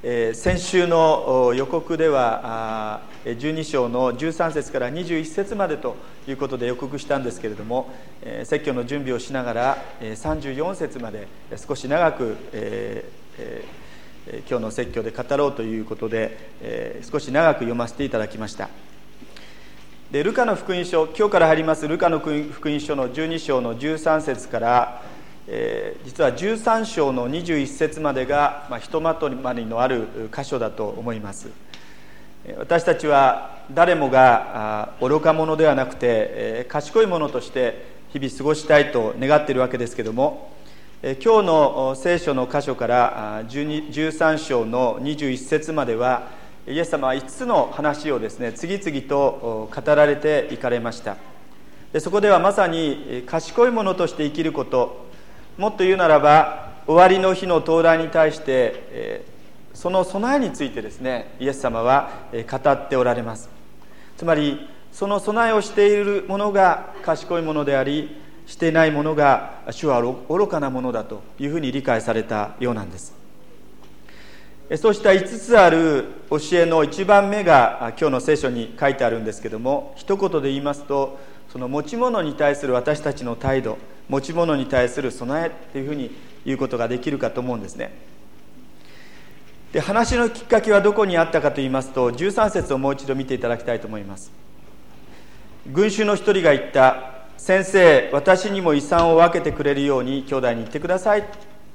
先週の予告では12章の13節から21節までということで予告したんですけれども、説教の準備をしながら34節まで少し長く今日の説教で語ろうということで少し長く読ませていただきました。でルカの福音書、今日から入りますルカの福音書の12章の13節から実は13章の21節までがひとまとまりのある箇所だと思います。私たちは誰もが愚か者ではなくて賢い者として日々過ごしたいと願っているわけですけれども、今日の聖書の箇所から13章の21節まではイエス様は5つの話をですね次々と語られていかれました。でそこではまさに賢い者として生きること、もっと言うならば終わりの日の到来に対してその備えについてですねイエス様は語っておられます。つまりその備えをしている者が賢い者であり、していない者が主は愚かなものだというふうに理解されたようなんです。そうした5つある教えの1番目が今日の聖書に書いてあるんですけども、一言で言いますと、その持ち物に対する私たちの態度、持ち物に対する備えというふうに言うことができるかと思うんですね。で話のきっかけはどこにあったかと言いますと、13節をもう一度見ていただきたいと思います。群衆の一人が言った。先生、私にも遺産を分けてくれるように兄弟に言ってください。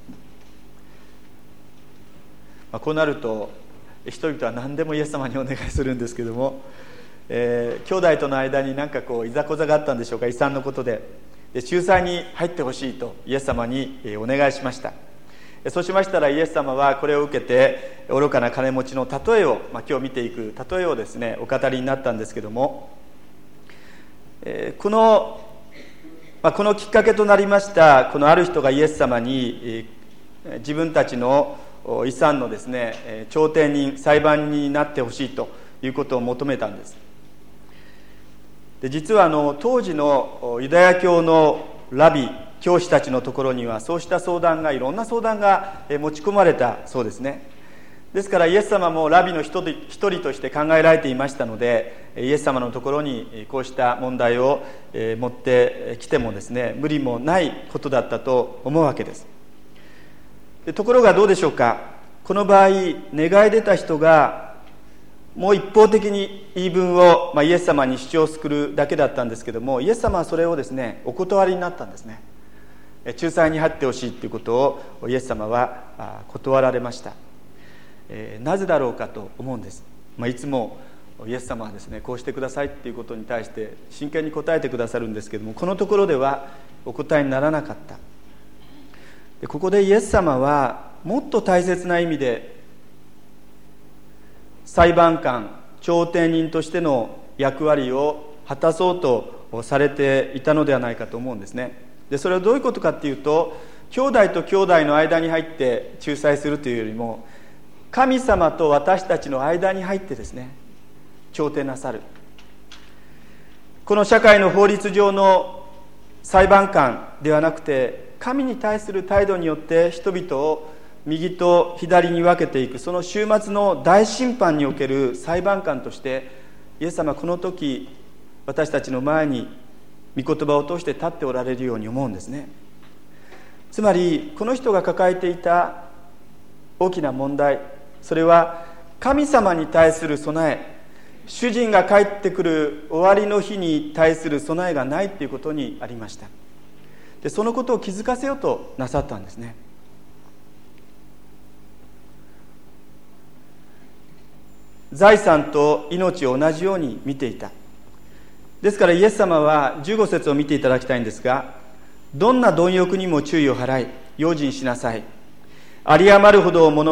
こうなると人々は何でもイエス様にお願いするんですけども、兄弟との間に何かいざこざがあったんでしょうか。遺産のことで仲裁に入ってほしいとイエス様にお願いしました。そうしましたらイエス様はこれを受けて愚かな金持ちの例えを、今日見ていく例えをですねお語りになったんですけども、このきっかけとなりましたこのある人がイエス様に自分たちの遺産のですね調停人、裁判人になってほしいということを求めたんです。で実は当時のユダヤ教のラビ教師たちのところにはそうした相談が、いろんな相談が持ち込まれたそうですね。ですからイエス様もラビの一人として考えられていましたので、イエス様のところにこうした問題を持ってきてもですね無理もないことだったと思うわけです。ところがどうでしょうか。この場合願い出た人がもう一方的に言い分を、イエス様に主張するだけだったんですけども、イエス様はそれをですねお断りになったんですね。仲裁に入ってほしいということをイエス様は断られました。なぜだろうかと思うんです。いつもイエス様はですねこうしてくださいっていうことに対して真剣に答えてくださるんですけども、このところではお答えにならなかった。でここでイエス様はもっと大切な意味で裁判官、調停人としての役割を果たそうとされていたのではないかと思うんですね。でそれはどういうことかっていうと、兄弟と兄弟の間に入って仲裁するというよりも、神様と私たちの間に入ってですね調停なさる。この社会の法律上の裁判官ではなくて、神に対する態度によって人々を右と左に分けていく、その終末の大審判における裁判官としてイエス様はこの時私たちの前に御言葉を通して立っておられるように思うんですね。つまりこの人が抱えていた大きな問題、それは神様に対する備え、主人が帰ってくる終わりの日に対する備えがないということにありました。でそのことを気づかせようとなさったんですね。財産と命を同じように見ていた。ですからイエス様は15節を見ていただきたいんですが、どんな貪欲にも注意を払い用心しなさい。有り余るほど物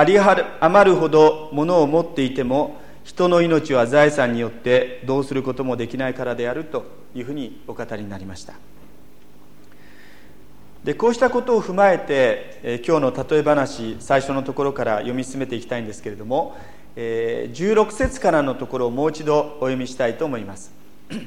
を持っていても人の命は財産によってどうすることもできないからであるというふうにお語りになりました。でこうしたことを踏まえて、今日の例え話最初のところから読み進めていきたいんですけれども、16節からのところをもう一度お読みしたいと思います。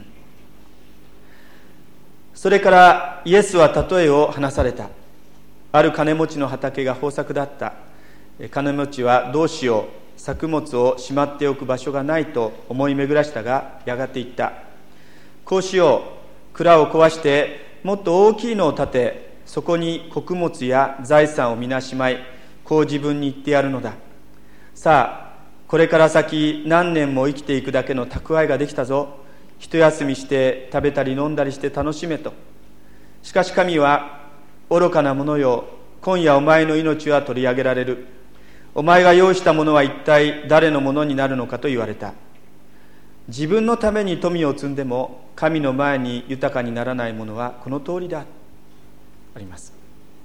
それからイエスは例えを話された。ある金持ちの畑が豊作だった。 金持ちはどうしよう、作物をしまっておく場所がないと思い巡らしたが、やがて言った。こうしよう、蔵を壊してもっと大きいのを建て、そこに穀物や財産を皆しまい、こう自分に言ってやるのだ。さあ、これから先何年も生きていくだけの蓄えができたぞ。一休みして食べたり飲んだりして楽しめと。しかし神は、愚かな者よ、今夜お前の命は取り上げられる。お前が用意したものは一体誰のものになるのかと言われた。自分のために富を積んでも神の前に豊かにならないものはこの通りだ。あります。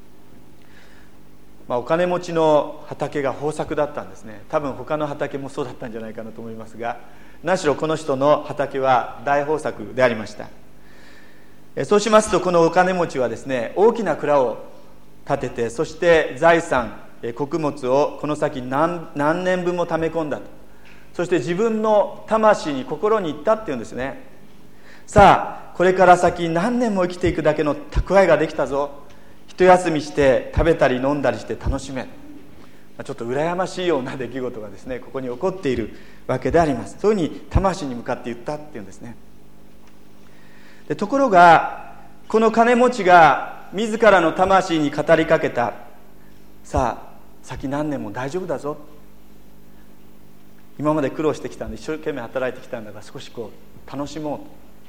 お金持ちの畑が豊作だったんですね。多分他の畑もそうだったんじゃないかなと思いますが、何しろこの人の畑は大豊作でありました。そうしますと、このお金持ちはですね、大きな蔵を建てて、そして財産、穀物をこの先 何年分も貯め込んだと。そして自分の魂に、心に言ったっていうんですね。さあ、これから先何年も生きていくだけの蓄えができたぞ。一休みして食べたり飲んだりして楽しめ。ちょっと羨ましいような出来事がですね、ここに起こっているわけであります。そういうふうに魂に向かって言ったっていうんですね。でところが、この金持ちが自らの魂に語りかけた。さあ、先何年も大丈夫だぞ。今まで苦労してきたんで、一生懸命働いてきたんだから、少し楽しもうと。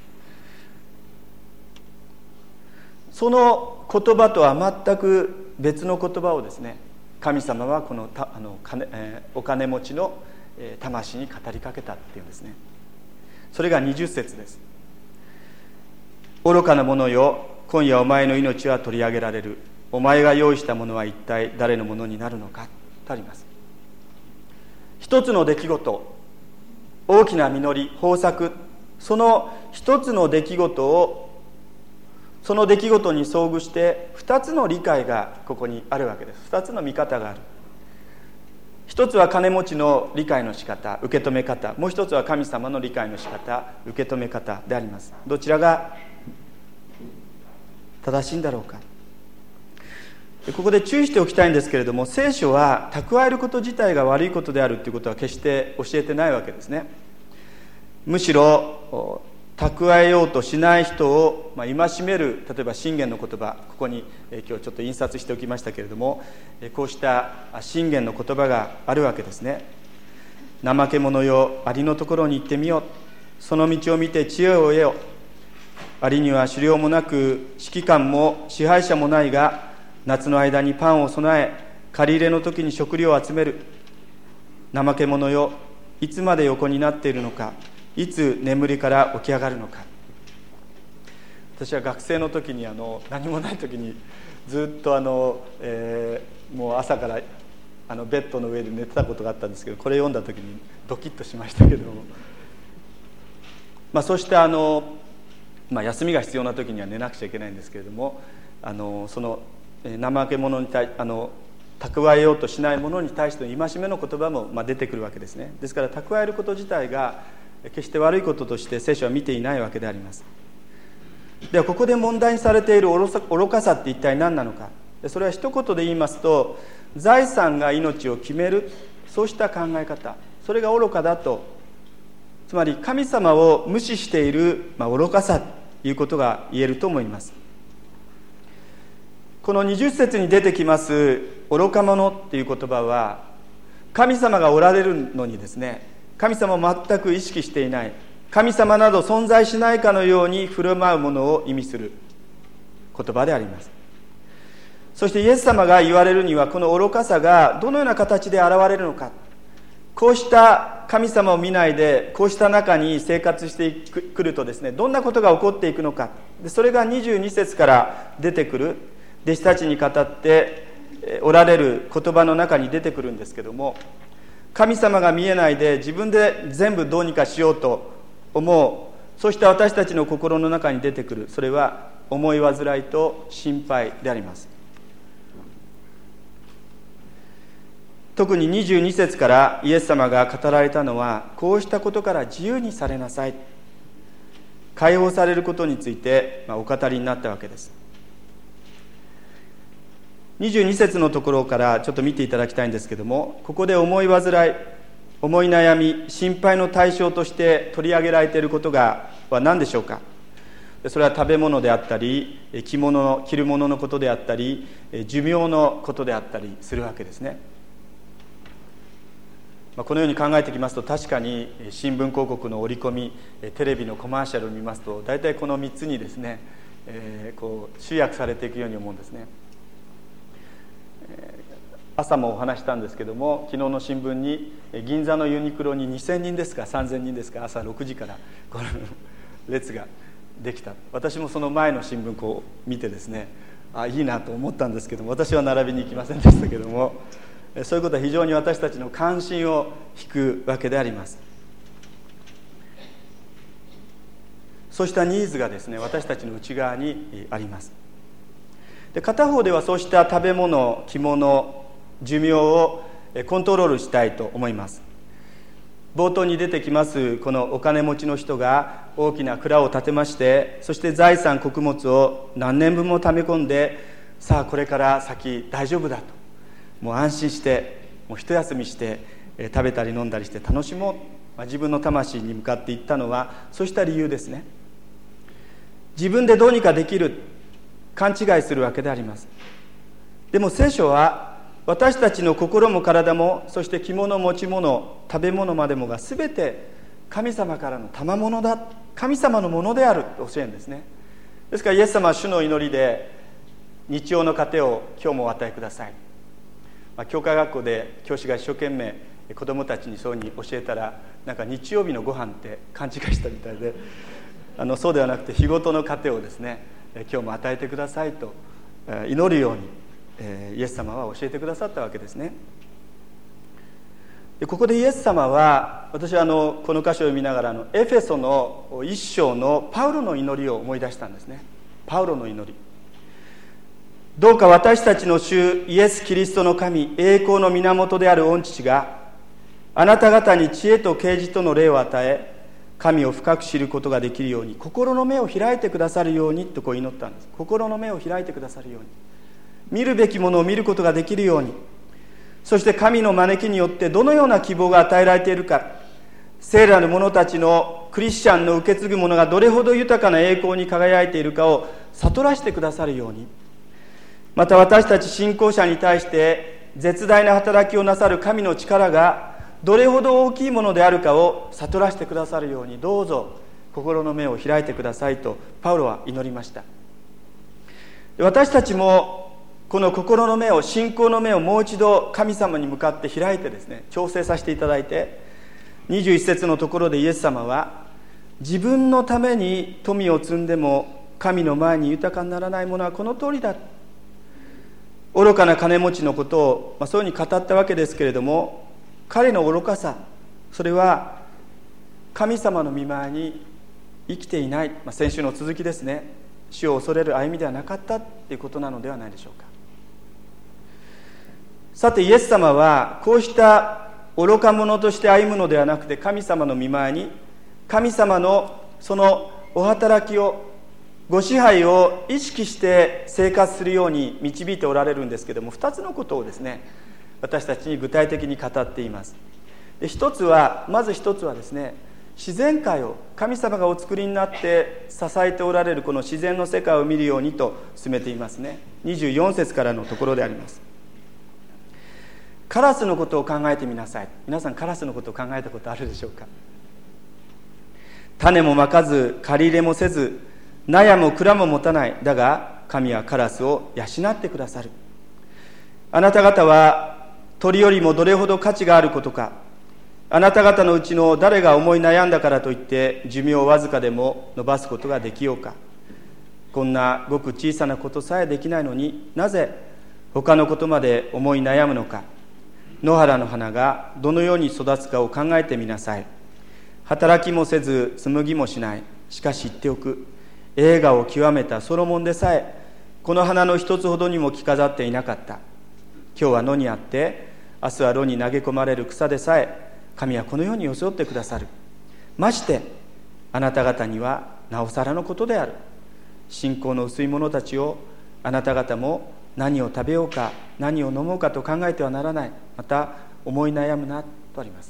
その言葉とは全く別の言葉をですね、神様はこのお金持ちの魂に語りかけたっていうんですね。それが20節です。愚かな者よ、今夜お前の命は取り上げられる。お前が用意したものは一体誰のものになるのかとあります。一つの出来事、大きな実り、豊作、その一つの出来事を、その出来事に遭遇して二つの理解がここにあるわけです。二つの見方がある。一つは金持ちの理解の仕方、受け止め方。もう一つは神様の理解の仕方、受け止め方であります。どちらが正しいんだろうか。ここで注意しておきたいんですけれども、聖書は蓄えること自体が悪いことであるということは決して教えてないわけですね。むしろ蓄えようとしない人を戒める、例えば箴言の言葉、ここに今日ちょっと印刷しておきましたけれども、こうした箴言の言葉があるわけですね。怠け者よ、アリのところに行ってみよ。その道を見て知恵を得よ。アリには狩猟もなく指揮官も支配者もないが、夏の間にパンを備え、借り入れの時に食料を集める。怠け者よ、いつまで横になっているのか。いつ眠りから起き上がるのか。私は学生の時に何もない時にずっともう朝からベッドの上で寝てたことがあったんですけど、これ読んだ時にドキッとしましたけども、そして休みが必要な時には寝なくちゃいけないんですけれども、その怠け者に蓄えようとしない者に対しての戒めの言葉も出てくるわけですね。ですから蓄えること自体が決して悪いこととして聖書は見ていないわけであります。ではここで問題にされている愚かさって一体何なのか。それは一言で言いますと、財産が命を決める、そうした考え方、それが愚かだと、つまり神様を無視している、愚かさということが言えると思います。この20節に出てきます愚か者っていう言葉は、神様がおられるのにですね、神様を全く意識していない、神様など存在しないかのように振る舞うものを意味する言葉であります。そしてイエス様が言われるには、この愚かさがどのような形で現れるのか。こうした神様を見ないで、こうした中に生活してくるとですね、どんなことが起こっていくのか。それが22節から出てくる弟子たちに語っておられる言葉の中に出てくるんですけども、神様が見えないで自分で全部どうにかしようと思う、そうした私たちの心の中に出てくる、それは思い煩いと心配であります。特に22節からイエス様が語られたのは、こうしたことから自由にされなさい、解放されることについてお語りになったわけです。 22節のところからちょっと見ていただきたいんですけども、ここで思い煩い、思い悩み、心配の対象として取り上げられていることは何でしょうか。それは食べ物であったり、着るもののことであったり、寿命のことであったりするわけですね。このように考えてきますと、確かに新聞広告の折り込み、テレビのコマーシャルを見ますと、大体この3つにですね、集約されていくように思うんですね。朝もお話したんですけども、昨日の新聞に銀座のユニクロに2000人ですか3000人ですか、朝6時からこの列ができた。私もその前の新聞こう見てですね、いいなと思ったんですけども、私は並びに行きませんでしたけども、そういうことは非常に私たちの関心を引くわけであります。そうしたニーズがですね、私たちの内側にあります。で、片方ではそうした食べ物、着物、寿命をコントロールしたいと思います。冒頭に出てきますこのお金持ちの人が大きな蔵を建てまして、そして財産穀物を何年分も貯め込んで、さあこれから先大丈夫だと、もう安心してもう一休みして食べたり飲んだりして楽しもう、自分の魂に向かっていったのはそうした理由ですね。自分でどうにかできる勘違いするわけであります。でも聖書は私たちの心も体も、そして着物、持ち物、食べ物までもが全て神様からの賜物だ、神様のものであると教えるんですね。ですからイエス様は主の祈りで、日曜の糧を今日もお与えください。教会学校で教師が一生懸命子どもたちにそうに教えたら、なんか日曜日のご飯って勘違いしたみたいで、そうではなくて日ごとの糧をですね、今日も与えてくださいと祈るようにイエス様は教えてくださったわけですね。で、ここでイエス様は、私はこの箇所を読みながらエフェソの一章のパウロの祈りを思い出したんですね。パウロの祈り。どうか私たちの主イエス・キリストの神、栄光の源である御父があなた方に知恵と啓示との霊を与え、神を深く知ることができるように心の目を開いてくださるようにとこう祈ったんです。心の目を開いてくださるように、見るべきものを見ることができるように、そして神の招きによってどのような希望が与えられているか、聖なる者たちのクリスチャンの受け継ぐものがどれほど豊かな栄光に輝いているかを悟らせてくださるように、また私たち信仰者に対して絶大な働きをなさる神の力がどれほど大きいものであるかを悟らせてくださるように、どうぞ心の目を開いてくださいとパウロは祈りました。私たちもこの心の目を、信仰の目をもう一度神様に向かって開いてですね、調整させていただいて、21節のところでイエス様は、自分のために富を積んでも神の前に豊かにならないものはこの通りだ、愚かな金持ちのことを、そういうふうに語ったわけですけれども、彼の愚かさ、それは神様の御前に生きていない、先週の続きですね、死を恐れる歩みではなかったということなのではないでしょうか。さてイエス様はこうした愚か者として歩むのではなくて、神様の御前に神様のそのお働きを、ご支配を意識して生活するように導いておられるんですけれども、2つのことをですね、私たちに具体的に語っています。で、まず一つはですね、自然界を神様がお作りになって支えておられるこの自然の世界を見るようにと進めていますね。24節からのところであります。カラスのことを考えてみなさい。皆さんカラスのことを考えたことあるでしょうか。種もまかず借り入れもせず、納屋も蔵も持たない。だが神はカラスを養ってくださる。あなた方は鳥よりもどれほど価値があることか。あなた方のうちの誰が思い悩んだからといって寿命をわずかでも伸ばすことができようか。こんなごく小さなことさえできないのに、なぜ他のことまで思い悩むのか。野原の花がどのように育つかを考えてみなさい。働きもせず紡ぎもしない。しかし言っておく。栄華を極めたソロモンでさえこの花の一つほどにも着飾っていなかった。今日は野にあって明日は炉に投げ込まれる草でさえ神はこのように装ってくださる。ましてあなた方にはなおさらのことである。信仰の薄い者たちを、あなた方も何を食べようか何を飲もうかと考えてはならない、また思い悩むなとあります。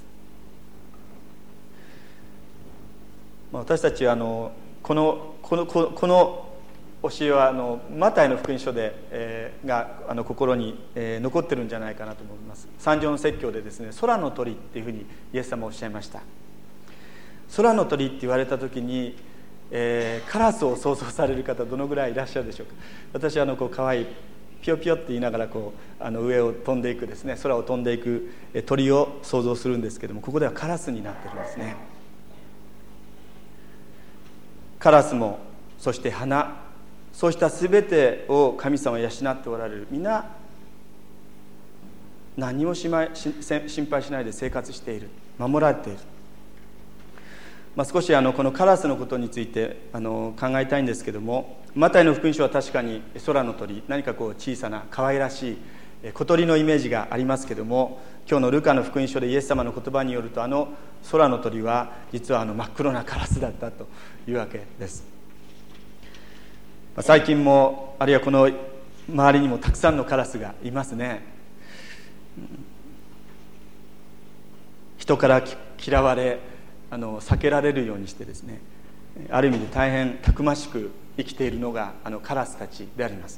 私たちはこの教えはマタイの福音書で、心に、残ってるんじゃないかなと思います。三条の説教でですね、空の鳥っていうふうにイエス様はおっしゃいました。空の鳥って言われた時に、カラスを想像される方どのぐらいいらっしゃるでしょうか。私は可愛いピヨピヨって言いながら上を飛んでいくですね、空を飛んでいく鳥を想像するんですけども、ここではカラスになってるんですね。カラスもそして花、そうした全てを神様は養っておられる。皆何も心配しないで生活している、守られている。少しこのカラスのことについて考えたいんですけども、マタイの福音書は確かに空の鳥、何か小さな可愛らしい小鳥のイメージがありますけども、今日のルカの福音書でイエス様の言葉によると、空の鳥は実は真っ黒なカラスだったというわけです。最近もあるいはこの周りにもたくさんのカラスがいますね。人から嫌われ避けられるようにしてですね、ある意味で大変たくましく生きているのがカラスたちであります。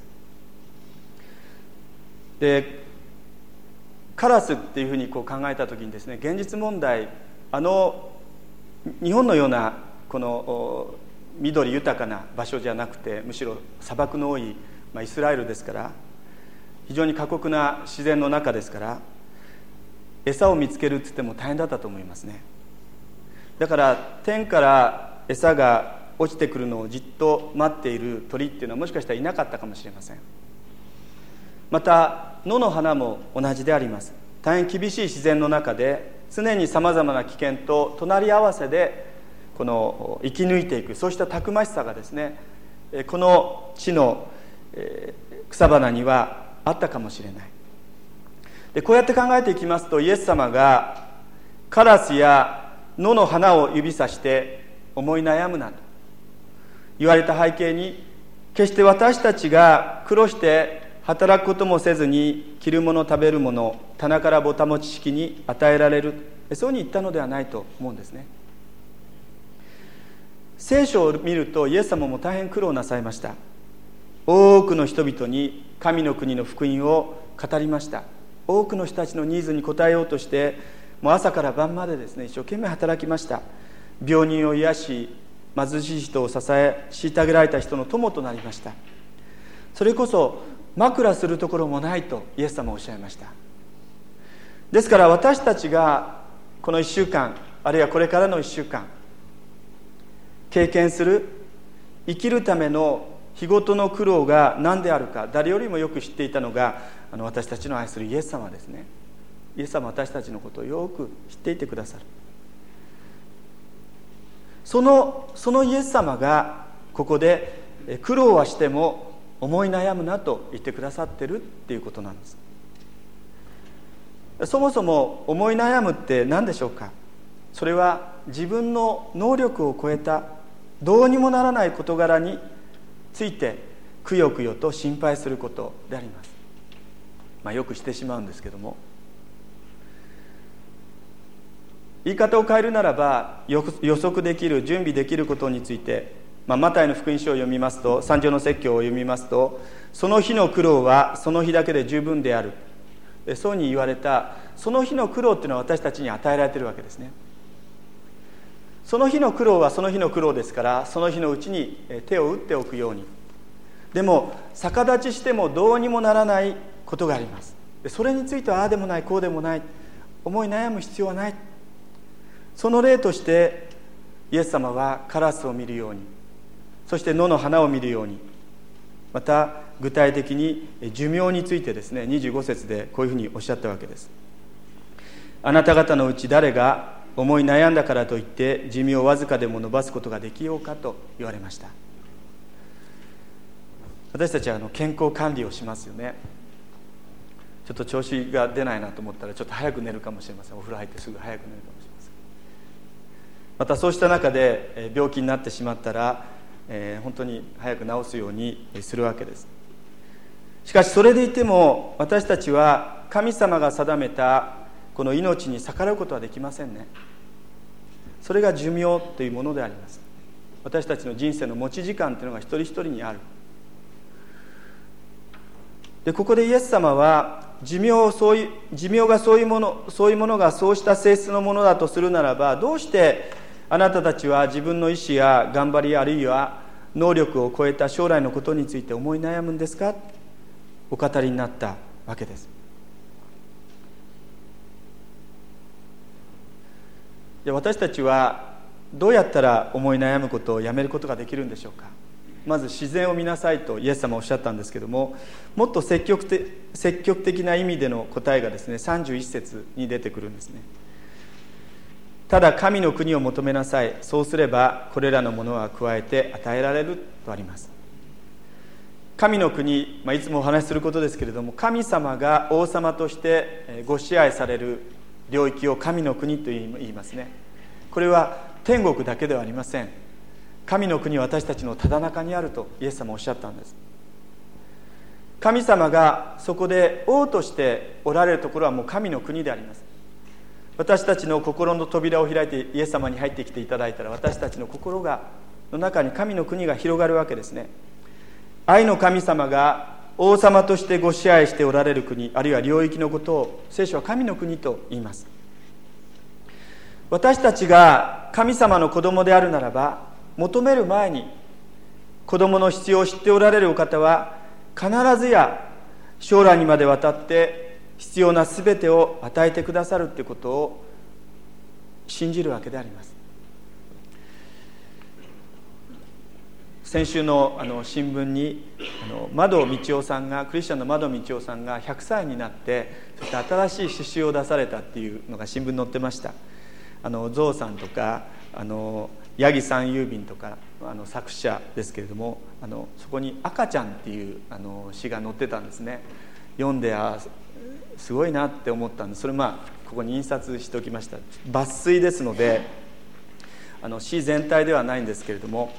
でカラスっていうふうに考えた時にですね、現実問題日本のようなこの緑豊かな場所じゃなくて、むしろ砂漠の多い、イスラエルですから、非常に過酷な自然の中ですから、餌を見つけるって言っても大変だったと思いますね。だから天から餌が落ちてくるのをじっと待っている鳥っていうのはもしかしたらいなかったかもしれません。また野の花も同じであります。大変厳しい自然の中で常にさまざまな危険と隣り合わせで生き抜いていく、そうしたたくましさがですね、この地の草花にはあったかもしれない。でこうやって考えていきますと、イエス様がカラスや野の花を指さして思い悩むなと言われた背景に、決して私たちが苦労して働くこともせずに着るもの食べるもの、棚からぼたもち式に与えられる、そうに言ったのではないと思うんですね。聖書を見るとイエス様も大変苦労なさいました。多くの人々に神の国の福音を語りました。多くの人たちのニーズに応えようとして、もう朝から晩までですね、一生懸命働きました。病人を癒し、貧しい人を支え、虐げられた人の友となりました。それこそ枕するところもないとイエス様はおっしゃいました。ですから私たちがこの1週間、あるいはこれからの1週間経験する生きるための日ごとの苦労が何であるか、誰よりもよく知っていたのが私たちの愛するイエス様ですね。イエス様は私たちのことをよく知っていてくださる。そのイエス様がここで苦労はしても思い悩むなと言ってくださってるっていうことなんです。そもそも思い悩むって何でしょうか。それは自分の能力を超えたどうにもならない事柄についてくよくよと心配することであります。よくしてしまうんですけども、言い方を変えるならば、予測できる準備できることについて、マタイの福音書を読みますと、三条の説教を読みますと、その日の苦労はその日だけで十分である、そうに言われたその日の苦労っていうのは私たちに与えられているわけですね。その日の苦労はその日の苦労ですから、その日のうちに手を打っておくように。でも逆立ちしてもどうにもならないことがあります。それについてはああでもないこうでもない、思い悩む必要はない。その例としてイエス様はカラスを見るように、そして野の花を見るように、また具体的に寿命についてですね、25節でこういうふうにおっしゃったわけです。あなた方のうち誰が思い悩んだからといって寿命をわずかでも伸ばすことができようかと言われました。私たちは健康管理をしますよね。ちょっと調子が出ないなと思ったらちょっと早く寝るかもしれません。お風呂入ってすぐ早く寝るかもしれません。またそうした中で病気になってしまったら本当に早く治すようにするわけです。 しかしそれでいても私たちは神様が定めたこの命に逆らうことはできませんね。それが寿命というものであります。私たちの人生の持ち時間というのが一人一人にある。でここでイエス様は寿命がそういうものがそうした性質のものだとするならば、どうしてあなたたちは自分の意志や頑張りあるいは能力を超えた将来のことについて思い悩むんですか、お語りになったわけです。で私たちはどうやったら思い悩むことをやめることができるんでしょうか。まず自然を見なさいとイエス様はおっしゃったんですけども、もっと積極的な意味での答えがですね、31節に出てくるんですね。ただ神の国を求めなさい、そうすればこれらのものは加えて与えられるとあります。神の国、いつもお話しすることですけれども、神様が王様としてご支配される領域を神の国と言いますね。これは天国だけではありません。神の国は私たちのただ中にあるとイエス様はおっしゃったんです。神様がそこで王としておられるところはもう神の国であります。私たちの心の扉を開いてイエス様に入ってきていただいたら、私たちの心の中に神の国が広がるわけですね。愛の神様が王様としてご支配しておられる国、あるいは領域のことを聖書は神の国と言います。私たちが神様の子供であるならば、求める前に子供の必要を知っておられるお方は必ずや将来にまでわたって必要なすべてを与えてくださるということを信じるわけであります。先週の新聞に窓道夫さんが、クリスチャンの窓道夫さんが100歳になってそして新しい詩集を出されたっていうのが新聞に載ってました。ゾウさんとか八木さん郵便とか作者ですけれども、そこに赤ちゃんっていう詩が載ってたんですね。読んですごいなって思ったんで、それここに印刷しておきました。抜粋ですので詩全体ではないんですけれども、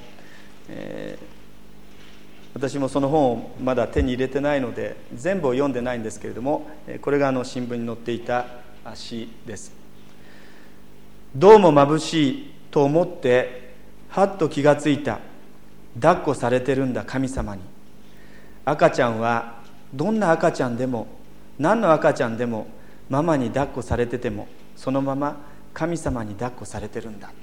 私もその本をまだ手に入れてないので全部を読んでないんですけれども、これが新聞に載っていた詩です。どうも眩しいと思ってはっと気がついた。抱っこされてるんだ神様に。赤ちゃんはどんな赤ちゃんでも何の赤ちゃんでもママに抱っこされててもそのまま神様に抱っこされてるんだ。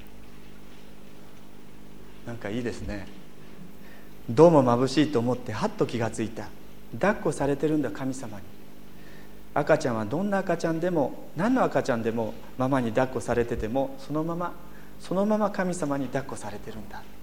なんかいいですね。どうも眩しいと思ってはっと気がついた。抱っこされてるんだ神様に。赤ちゃんはどんな赤ちゃんでも何の赤ちゃんでもママに抱っこされててもそのまま神様に抱っこされてるんだ。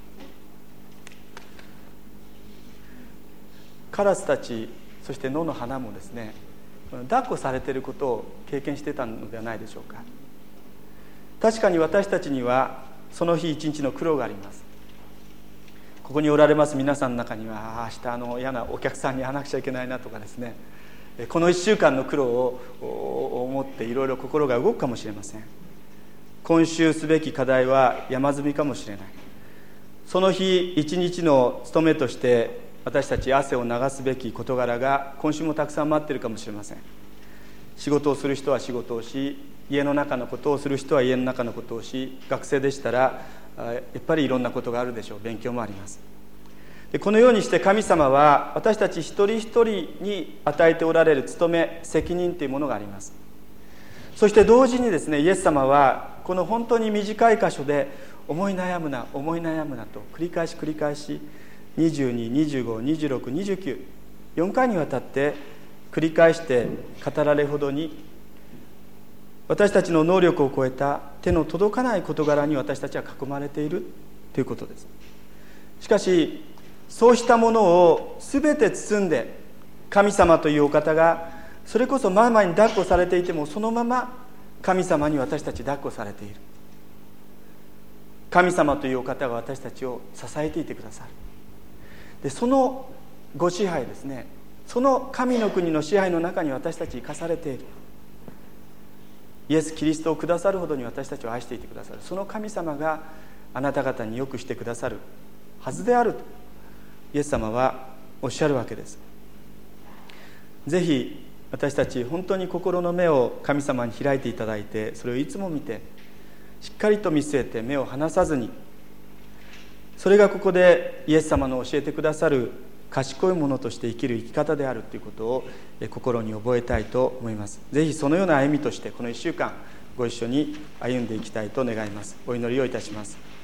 カラスたち、そして野の花もですね、抱っこされていることを経験してたのではないでしょうか。確かに私たちにはその日一日の苦労があります。ここにおられます皆さんの中には、明日嫌なお客さんに会わなくちゃいけないなとかですね、この1週間の苦労を思っていろいろ心が動くかもしれません。今週すべき課題は山積みかもしれない。その日一日の務めとして私たち汗を流すべき事柄が今週もたくさん待っているかもしれません。仕事をする人は仕事をし、家の中のことをする人は家の中のことをし、学生でしたらやっぱりいろんなことがあるでしょう。勉強もあります。でこのようにして神様は私たち一人一人に与えておられる務め、責任というものがあります。そして同時にですね、イエス様はこの本当に短い箇所で思い悩むなと繰り返し22、25、26、29、4回にわたって繰り返して語られるほどに私たちの能力を超えた手の届かない事柄に私たちは囲まれているということです。しかしそうしたものを全て包んで神様というお方がそれこそママに抱っこされていてもそのまま神様に私たち抱っこされている。神様というお方が私たちを支えていてくださる。でそのご支配ですね、その神の国の支配の中に私たち生かされている。イエス・キリストをくださるほどに私たちを愛していてくださる。その神様があなた方によくしてくださるはずであるとイエス様はおっしゃるわけです。 ぜひ私たち本当に心の目を神様に開いていただいて、それをいつも見てしっかりと見据えて目を離さずに、それがここでイエス様の教えてくださる賢いものとして生きる生き方であるということを心に覚えたいと思います。ぜひそのような歩みとしてこの1週間ご一緒に歩んでいきたいと願います。お祈りをいたします。